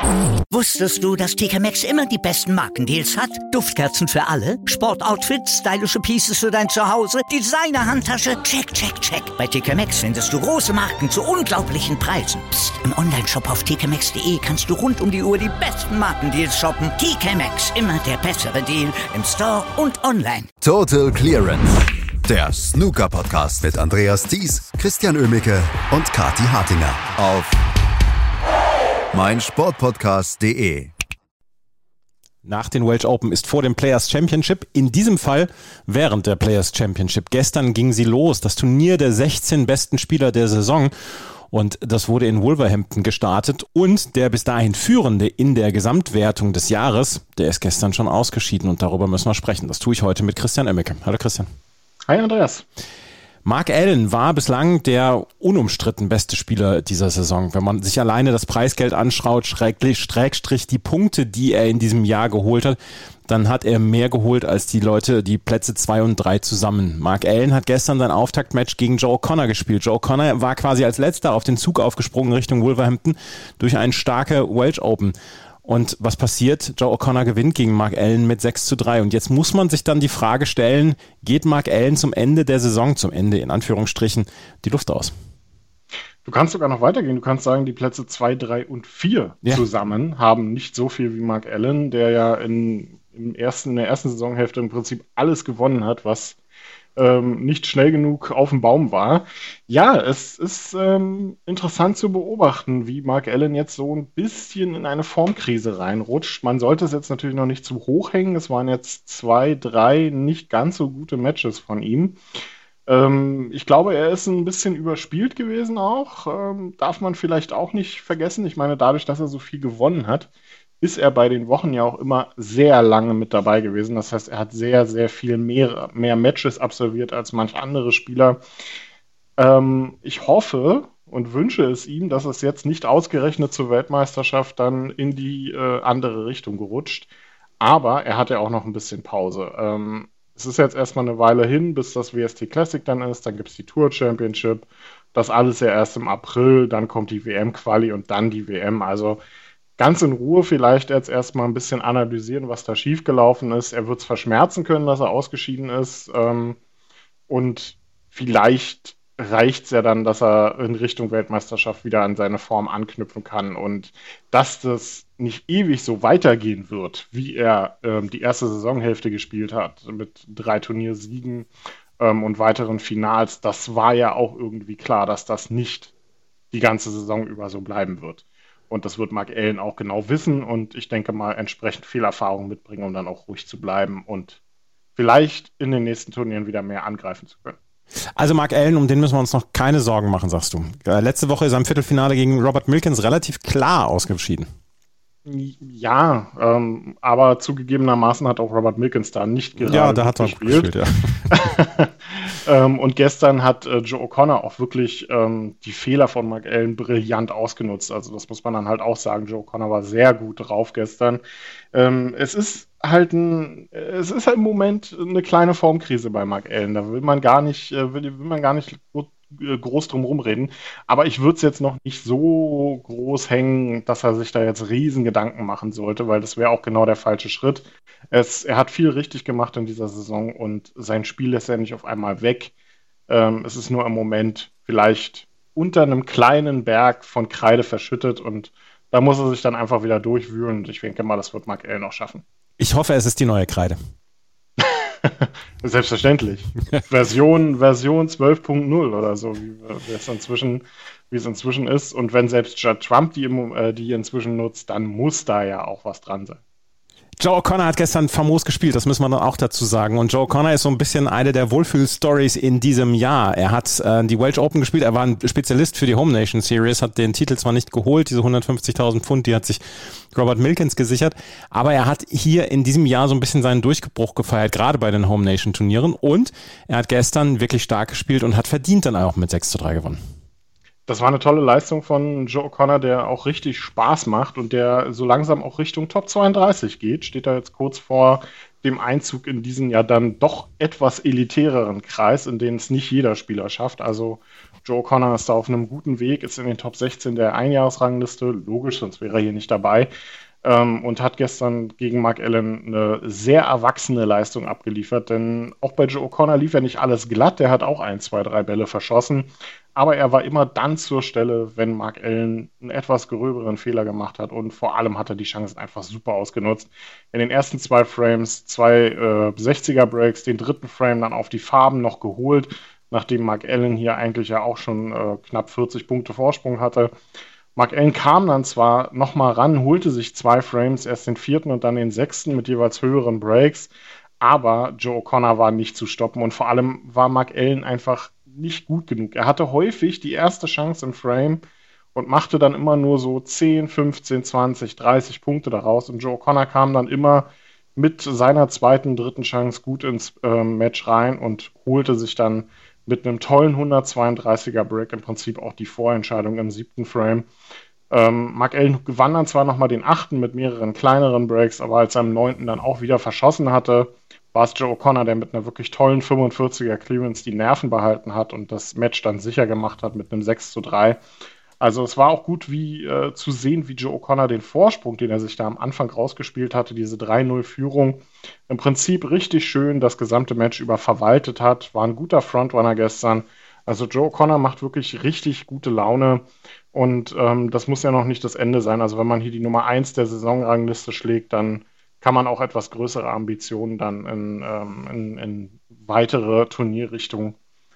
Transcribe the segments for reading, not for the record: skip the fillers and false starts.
Wusstest du, dass TK Maxx immer die besten Markendeals hat? Duftkerzen für alle, Sportoutfits, stylische Pieces für dein Zuhause, Designer-Handtasche, check, check, check. Bei TK Maxx findest du große Marken zu unglaublichen Preisen. Psst. Im Onlineshop auf tkmaxx.de kannst du rund um die Uhr die besten Markendeals shoppen. TK Maxx, immer der bessere Deal im Store und online. Total Clearance, der Snooker-Podcast mit Andreas Thies, Christian Oemicke und Kathi Hartinger auf meinsportpodcast.de. Nach den Welsh Open ist vor dem Players Championship, in diesem Fall während der Players Championship. Gestern ging sie los, das Turnier der 16 besten Spieler der Saison. Und das wurde in Wolverhampton gestartet. Und der bis dahin Führende in der Gesamtwertung des Jahres, der ist gestern schon ausgeschieden. Und darüber müssen wir sprechen. Das tue ich heute mit Christian Oemicke. Hallo Christian. Hi Andreas. Mark Allen war bislang der unumstritten beste Spieler dieser Saison. Wenn man sich alleine das Preisgeld anschaut, Schrägstrich die Punkte, die er in diesem Jahr geholt hat, dann hat er mehr geholt als die Leute, die Plätze 2 und 3 zusammen. Mark Allen hat gestern sein Auftaktmatch gegen Joe O'Connor gespielt. Joe O'Connor war quasi als letzter auf den Zug aufgesprungen Richtung Wolverhampton durch ein starke Welsh Open. Und was passiert? Joe O'Connor gewinnt gegen Mark Allen mit 6:3. Und jetzt muss man sich dann die Frage stellen, geht Mark Allen zum Ende der Saison, zum Ende in Anführungsstrichen, die Luft aus? Du kannst sogar noch weitergehen. Du kannst sagen, die Plätze 2, 3 und 4 zusammen haben nicht so viel wie Mark Allen, der ja in der ersten Saisonhälfte im Prinzip alles gewonnen hat, was nicht schnell genug auf dem Baum war. Ja, es ist interessant zu beobachten, wie Mark Allen jetzt so ein bisschen in eine Formkrise reinrutscht. Man sollte es jetzt natürlich noch nicht zu hoch hängen. Es waren jetzt 2, 3 nicht ganz so gute Matches von ihm. Ich glaube, er ist ein bisschen überspielt gewesen auch. Darf man vielleicht auch nicht vergessen. Ich meine, dadurch, dass er so viel gewonnen hat, ist er bei den Wochen ja auch immer sehr lange mit dabei gewesen. Das heißt, er hat sehr, sehr viel mehr Matches absolviert als manch andere Spieler. Ich hoffe und wünsche es ihm, dass es jetzt nicht ausgerechnet zur Weltmeisterschaft dann in die andere Richtung gerutscht. Aber er hat ja auch noch ein bisschen Pause. Es ist jetzt erstmal eine Weile hin, bis das WST Classic dann ist. Dann gibt es die Tour Championship. Das alles ja erst im April. Dann kommt die WM-Quali und dann die WM. Also ganz in Ruhe vielleicht jetzt erstmal ein bisschen analysieren, was da schiefgelaufen ist. Er wird es verschmerzen können, dass er ausgeschieden ist. Und vielleicht reicht es ja dann, dass er in Richtung Weltmeisterschaft wieder an seine Form anknüpfen kann. Und dass das nicht ewig so weitergehen wird, wie er die erste Saisonhälfte gespielt hat, mit 3 Turniersiegen und weiteren Finals, das war ja auch irgendwie klar, dass das nicht die ganze Saison über so bleiben wird. Und das wird Mark Allen auch genau wissen und ich denke mal entsprechend viel Erfahrung mitbringen, um dann auch ruhig zu bleiben und vielleicht in den nächsten Turnieren wieder mehr angreifen zu können. Also Mark Allen, um den müssen wir uns noch keine Sorgen machen, sagst du. Letzte Woche ist er im Viertelfinale gegen Robert Milkins relativ klar ausgeschieden. Ja, aber zugegebenermaßen hat auch Robert Milkins da nicht gerade ja, da hat er gespielt. Ja. Und gestern hat Joe O'Connor auch wirklich die Fehler von Mark Allen brillant ausgenutzt. Also das muss man dann halt auch sagen. Joe O'Connor war sehr gut drauf gestern. Es ist halt im Moment eine kleine Formkrise bei Mark Allen. Da will man gar nicht groß drum rumreden. Aber ich würde es jetzt noch nicht so groß hängen, dass er sich da jetzt riesen Gedanken machen sollte, weil das wäre auch genau der falsche Schritt. Er hat viel richtig gemacht in dieser Saison und sein Spiel ist ja nicht auf einmal weg. Es ist nur im Moment vielleicht unter einem kleinen Berg von Kreide verschüttet und da muss er sich dann einfach wieder durchwühlen und ich denke mal, das wird Mark Allen auch schaffen. Ich hoffe, es ist die neue Kreide. Selbstverständlich. Version 12.0 oder so, wie es inzwischen ist. Und wenn selbst Judd Trump die inzwischen nutzt, dann muss da ja auch was dran sein. Joe O'Connor hat gestern famos gespielt, das müssen wir dann auch dazu sagen. Und Joe O'Connor ist so ein bisschen eine der Wohlfühl-Stories in diesem Jahr. Er hat die Welsh Open gespielt, er war ein Spezialist für die Home Nation Series, hat den Titel zwar nicht geholt, diese 150.000 Pfund, die hat sich Robert Milkins gesichert, aber er hat hier in diesem Jahr so ein bisschen seinen Durchbruch gefeiert, gerade bei den Home Nation Turnieren. Und er hat gestern wirklich stark gespielt und hat verdient dann auch mit 6:3 gewonnen. Das war eine tolle Leistung von Joe O'Connor, der auch richtig Spaß macht und der so langsam auch Richtung Top 32 geht. Steht da jetzt kurz vor dem Einzug in diesen ja dann doch etwas elitäreren Kreis, in den es nicht jeder Spieler schafft. Also Joe O'Connor ist da auf einem guten Weg, ist in den Top 16 der Einjahresrangliste, logisch, sonst wäre er hier nicht dabei, und hat gestern gegen Mark Allen eine sehr erwachsene Leistung abgeliefert, denn auch bei Joe O'Connor lief ja nicht alles glatt, der hat auch 1, 2, 3 Bälle verschossen, aber er war immer dann zur Stelle, wenn Mark Allen einen etwas gröberen Fehler gemacht hat und vor allem hat er die Chancen einfach super ausgenutzt. In den ersten 2 Frames 2 60er-Breaks, den dritten Frame dann auf die Farben noch geholt, nachdem Mark Allen hier eigentlich ja auch schon knapp 40 Punkte Vorsprung hatte. Mark Allen kam dann zwar nochmal ran, holte sich 2 Frames, erst den 4. und dann den 6. mit jeweils höheren Breaks, aber Joe O'Connor war nicht zu stoppen und vor allem war Mark Allen einfach nicht gut genug. Er hatte häufig die erste Chance im Frame und machte dann immer nur so 10, 15, 20, 30 Punkte daraus und Joe O'Connor kam dann immer mit seiner zweiten, dritten Chance gut ins Match rein und holte sich dann mit einem tollen 132er Break im Prinzip auch die Vorentscheidung im 7. Frame. Mark Allen gewann dann zwar nochmal den 8. mit mehreren kleineren Breaks, aber als er am 9. dann auch wieder verschossen hatte, war es Joe O'Connor, der mit einer wirklich tollen 45er Clearance die Nerven behalten hat und das Match dann sicher gemacht hat mit einem 6:3. Also es war auch gut zu sehen, wie Joe O'Connor den Vorsprung, den er sich da am Anfang rausgespielt hatte, diese 3-0-Führung, im Prinzip richtig schön das gesamte Match über verwaltet hat. War ein guter Frontrunner gestern. Also Joe O'Connor macht wirklich richtig gute Laune und das muss ja noch nicht das Ende sein. Also wenn man hier die Nummer 1 der Saisonrangliste schlägt, dann kann man auch etwas größere Ambitionen dann in weitere Turnierrichtungen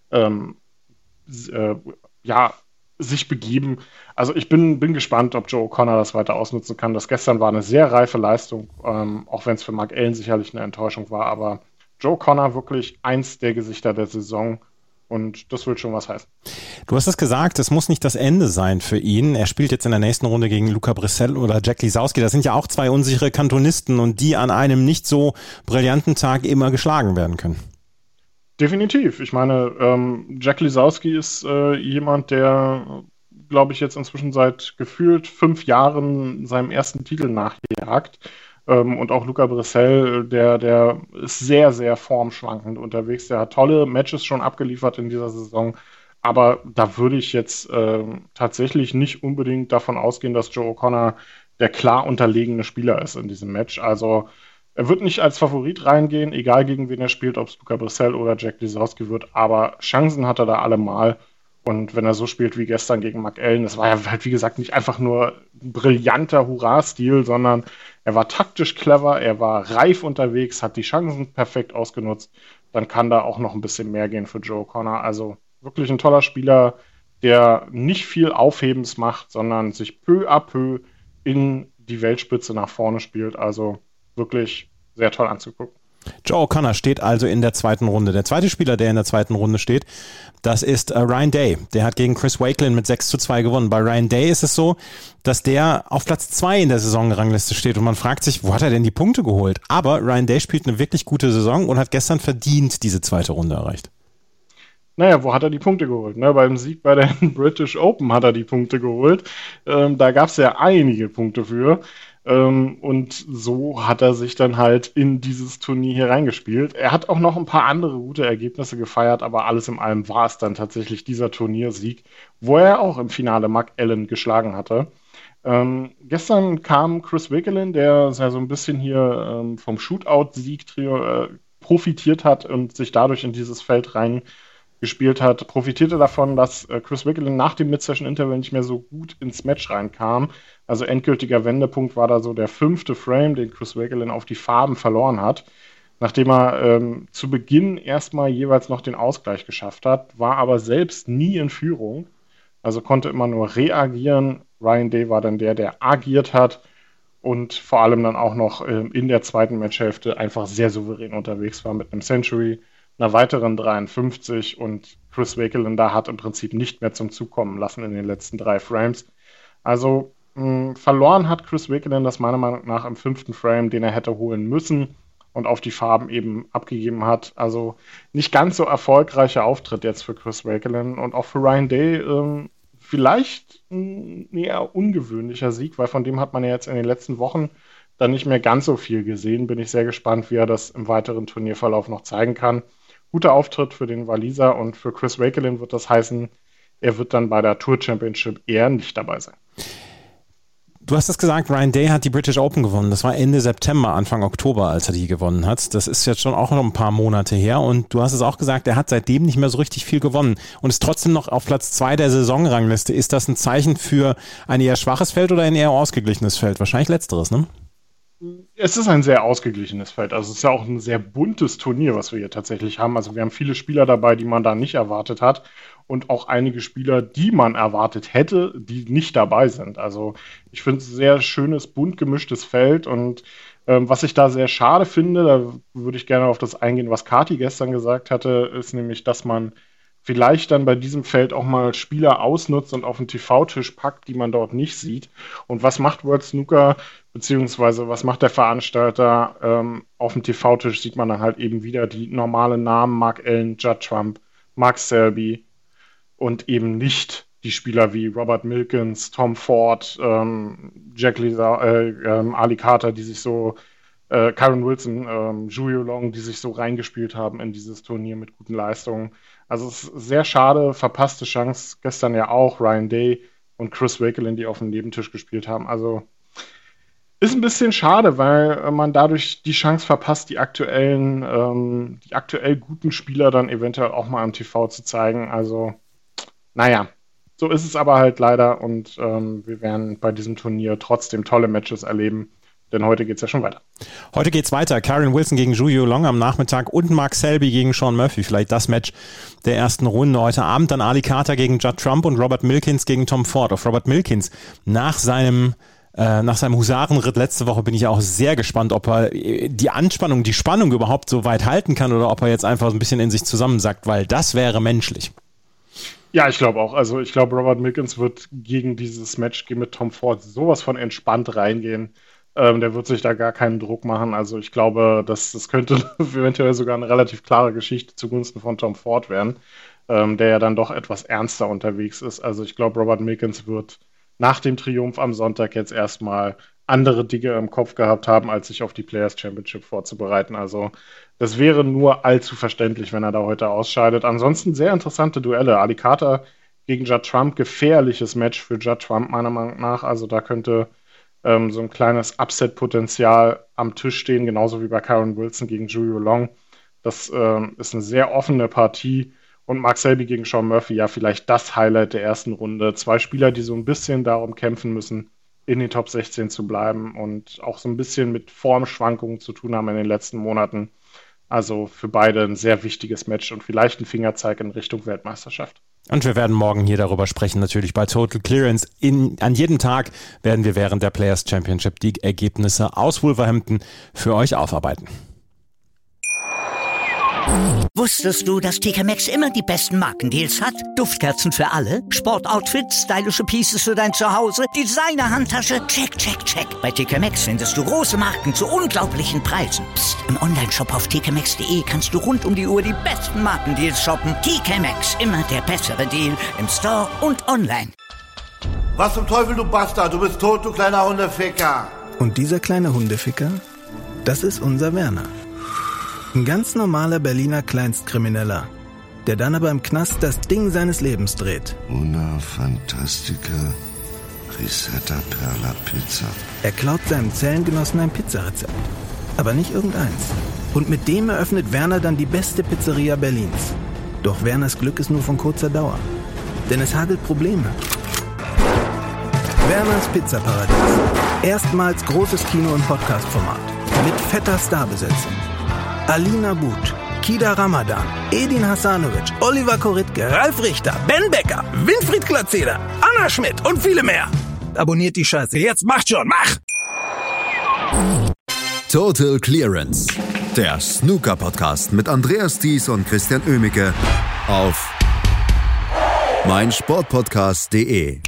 sich begeben. Also ich bin gespannt, ob Joe O'Connor das weiter ausnutzen kann. Das gestern war eine sehr reife Leistung, auch wenn es für Mark Allen sicherlich eine Enttäuschung war, aber Joe O'Connor wirklich eins der Gesichter der Saison und das will schon was heißen. Du hast es gesagt, es muss nicht das Ende sein für ihn. Er spielt jetzt in der nächsten Runde gegen Luca Brissell oder Jack Lisowski. Das sind ja auch 2 unsichere Kantonisten und die an einem nicht so brillanten Tag immer geschlagen werden können. Definitiv. Ich meine, Jack Lisowski ist jemand, der, glaube ich, jetzt inzwischen seit gefühlt 5 Jahren seinem ersten Titel nachjagt. Und auch Luca Brissell, der ist sehr, sehr formschwankend unterwegs. Der hat tolle Matches schon abgeliefert in dieser Saison. Aber da würde ich jetzt tatsächlich nicht unbedingt davon ausgehen, dass Joe O'Connor der klar unterlegene Spieler ist in diesem Match. Also er wird nicht als Favorit reingehen, egal gegen wen er spielt, ob es Luca Brissell oder Jack Lisowski wird, aber Chancen hat er da allemal. Und wenn er so spielt wie gestern gegen Mark Allen, das war ja halt, wie gesagt, nicht einfach nur ein brillanter Hurra-Stil, sondern er war taktisch clever, er war reif unterwegs, hat die Chancen perfekt ausgenutzt, dann kann da auch noch ein bisschen mehr gehen für Joe O'Connor. Also wirklich ein toller Spieler, der nicht viel Aufhebens macht, sondern sich peu à peu in die Weltspitze nach vorne spielt. Also wirklich sehr toll anzugucken. Joe O'Connor steht also in der zweiten Runde. Der zweite Spieler, der in der zweiten Runde steht, das ist Ryan Day. Der hat gegen Chris Wakelin mit 6:2 gewonnen. Bei Ryan Day ist es so, dass der auf Platz 2 in der Saisonrangliste steht und man fragt sich, wo hat er denn die Punkte geholt? Aber Ryan Day spielt eine wirklich gute Saison und hat gestern verdient diese zweite Runde erreicht. Naja, wo hat er die Punkte geholt? Beim Sieg bei der British Open hat er die Punkte geholt. Da gab es ja einige Punkte für. Und so hat er sich dann halt in dieses Turnier hier reingespielt. Er hat auch noch ein paar andere gute Ergebnisse gefeiert, aber alles in allem war es dann tatsächlich dieser Turniersieg, wo er auch im Finale Mark Allen geschlagen hatte. Gestern kam Chris Wakelin, der ja so ein bisschen hier vom Shootout-Sieg profitiert hat und sich dadurch in dieses Feld reingespielt hat, profitierte davon, dass Chris Wakelin nach dem Mid-Session-Interval nicht mehr so gut ins Match reinkam. Also endgültiger Wendepunkt war da so der 5. Frame, den Chris Wakelin auf die Farben verloren hat. Nachdem er zu Beginn erstmal jeweils noch den Ausgleich geschafft hat, war aber selbst nie in Führung. Also konnte immer nur reagieren. Ryan Day war dann der agiert hat und vor allem dann auch noch in der zweiten Matchhälfte einfach sehr souverän unterwegs war mit einem Century, einer weiteren 53 und Chris Wakelin da hat im Prinzip nicht mehr zum Zug kommen lassen in den letzten 3 Frames. Also verloren hat Chris Wakelin das meiner Meinung nach im 5. Frame, den er hätte holen müssen und auf die Farben eben abgegeben hat. Also nicht ganz so erfolgreicher Auftritt jetzt für Chris Wakelin und auch für Ryan Day vielleicht ein eher ungewöhnlicher Sieg, weil von dem hat man ja jetzt in den letzten Wochen dann nicht mehr ganz so viel gesehen. Bin ich sehr gespannt, wie er das im weiteren Turnierverlauf noch zeigen kann. Guter Auftritt für den Waliser und für Chris Wakelin wird das heißen, er wird dann bei der Tour Championship eher nicht dabei sein. Du hast es gesagt, Ryan Day hat die British Open gewonnen. Das war Ende September, Anfang Oktober, als er die gewonnen hat. Das ist jetzt schon auch noch ein paar Monate her. Und du hast es auch gesagt, er hat seitdem nicht mehr so richtig viel gewonnen und ist trotzdem noch auf Platz 2 der Saisonrangliste. Ist das ein Zeichen für ein eher schwaches Feld oder ein eher ausgeglichenes Feld? Wahrscheinlich letzteres, ne? Es ist ein sehr ausgeglichenes Feld. Also es ist ja auch ein sehr buntes Turnier, was wir hier tatsächlich haben. Also wir haben viele Spieler dabei, die man da nicht erwartet hat. Und auch einige Spieler, die man erwartet hätte, die nicht dabei sind. Also ich finde es ein sehr schönes, bunt gemischtes Feld. Und was ich da sehr schade finde, da würde ich gerne auf das eingehen, was Kati gestern gesagt hatte, ist nämlich, dass man vielleicht dann bei diesem Feld auch mal Spieler ausnutzt und auf den TV-Tisch packt, die man dort nicht sieht. Und was macht World Snooker, beziehungsweise was macht der Veranstalter? Auf dem TV-Tisch sieht man dann halt eben wieder die normalen Namen, Mark Allen, Judd Trump, Mark Selby und eben nicht die Spieler wie Robert Milkins, Tom Ford, Jack Lisa, Ali Carter, die sich so Kyron Wilson, Julio Long, die sich so reingespielt haben in dieses Turnier mit guten Leistungen. Also es ist sehr schade, verpasste Chance, gestern ja auch Ryan Day und Chris Wakelin, die auf dem Nebentisch gespielt haben. Also ist ein bisschen schade, weil man dadurch die Chance verpasst, die aktuell guten Spieler dann eventuell auch mal am TV zu zeigen. Also, naja, so ist es aber halt leider und wir werden bei diesem Turnier trotzdem tolle Matches erleben. Denn heute geht es ja schon weiter. Heute geht's weiter. Kyron Wilson gegen Julio Long am Nachmittag und Mark Selby gegen Sean Murphy. Vielleicht das Match der ersten Runde. Heute Abend dann Ali Carter gegen Judd Trump und Robert Milkins gegen Tom Ford. Auf Robert Milkins nach seinem Husarenritt letzte Woche bin ich auch sehr gespannt, ob er die Anspannung, die Spannung überhaupt so weit halten kann oder ob er jetzt einfach so ein bisschen in sich zusammensackt, weil das wäre menschlich. Ja, ich glaube auch. Also ich glaube, Robert Milkins wird gegen dieses Match mit Tom Ford sowas von entspannt reingehen. Der wird sich da gar keinen Druck machen. Also ich glaube, das könnte eventuell sogar eine relativ klare Geschichte zugunsten von Tom Ford werden, der ja dann doch etwas ernster unterwegs ist. Also ich glaube, Robert Milkins wird nach dem Triumph am Sonntag jetzt erstmal andere Dinge im Kopf gehabt haben, als sich auf die Players Championship vorzubereiten. Also das wäre nur allzu verständlich, wenn er da heute ausscheidet. Ansonsten sehr interessante Duelle. Ali Carter gegen Judd Trump, gefährliches Match für Judd Trump meiner Meinung nach. Also da könnte so ein kleines Upset-Potenzial am Tisch stehen, genauso wie bei Kyron Wilson gegen Julio Long. Das ist eine sehr offene Partie. Und Mark Selby gegen Sean Murphy, ja, vielleicht das Highlight der ersten Runde. 2 Spieler, die so ein bisschen darum kämpfen müssen, in den Top 16 zu bleiben und auch so ein bisschen mit Formschwankungen zu tun haben in den letzten Monaten. Also für beide ein sehr wichtiges Match und vielleicht ein Fingerzeig in Richtung Weltmeisterschaft. Und wir werden morgen hier darüber sprechen, natürlich bei Total Clearance. An jedem Tag werden wir während der Players Championship die Ergebnisse aus Wolverhampton für euch aufarbeiten. Wusstest du, dass TK Maxx immer die besten Markendeals hat? Duftkerzen für alle, Sportoutfits, stylische Pieces für dein Zuhause, Designer-Handtasche, check, check, check. Bei TK Maxx findest du große Marken zu unglaublichen Preisen. Psst. Im Onlineshop auf tkmaxx.de kannst du rund um die Uhr die besten Markendeals shoppen. TK Maxx, immer der bessere Deal im Store und online. Was zum Teufel, du Bastard? Du bist tot, du kleiner Hundeficker. Und dieser kleine Hundeficker, das ist unser Werner. Ein ganz normaler Berliner Kleinstkrimineller, der dann aber im Knast das Ding seines Lebens dreht. Una Fantastica Risetta Perla Pizza. Er klaut seinem Zellengenossen ein Pizzarezept, aber nicht irgendeins. Und mit dem eröffnet Werner dann die beste Pizzeria Berlins. Doch Werners Glück ist nur von kurzer Dauer, denn es hagelt Probleme. Werners Pizzaparadies. Erstmals großes Kino- und Podcast-Format mit fetter Starbesetzung. Alina But, Kida Ramadan, Edin Hasanovic, Oliver Koritke, Ralf Richter, Ben Becker, Winfried Glatzeder, Anna Schmidt und viele mehr. Abonniert die Scheiße. Jetzt macht schon, mach! Total Clearance, der Snooker-Podcast mit Andreas Thies und Christian Oemicke auf meinsportpodcast.de.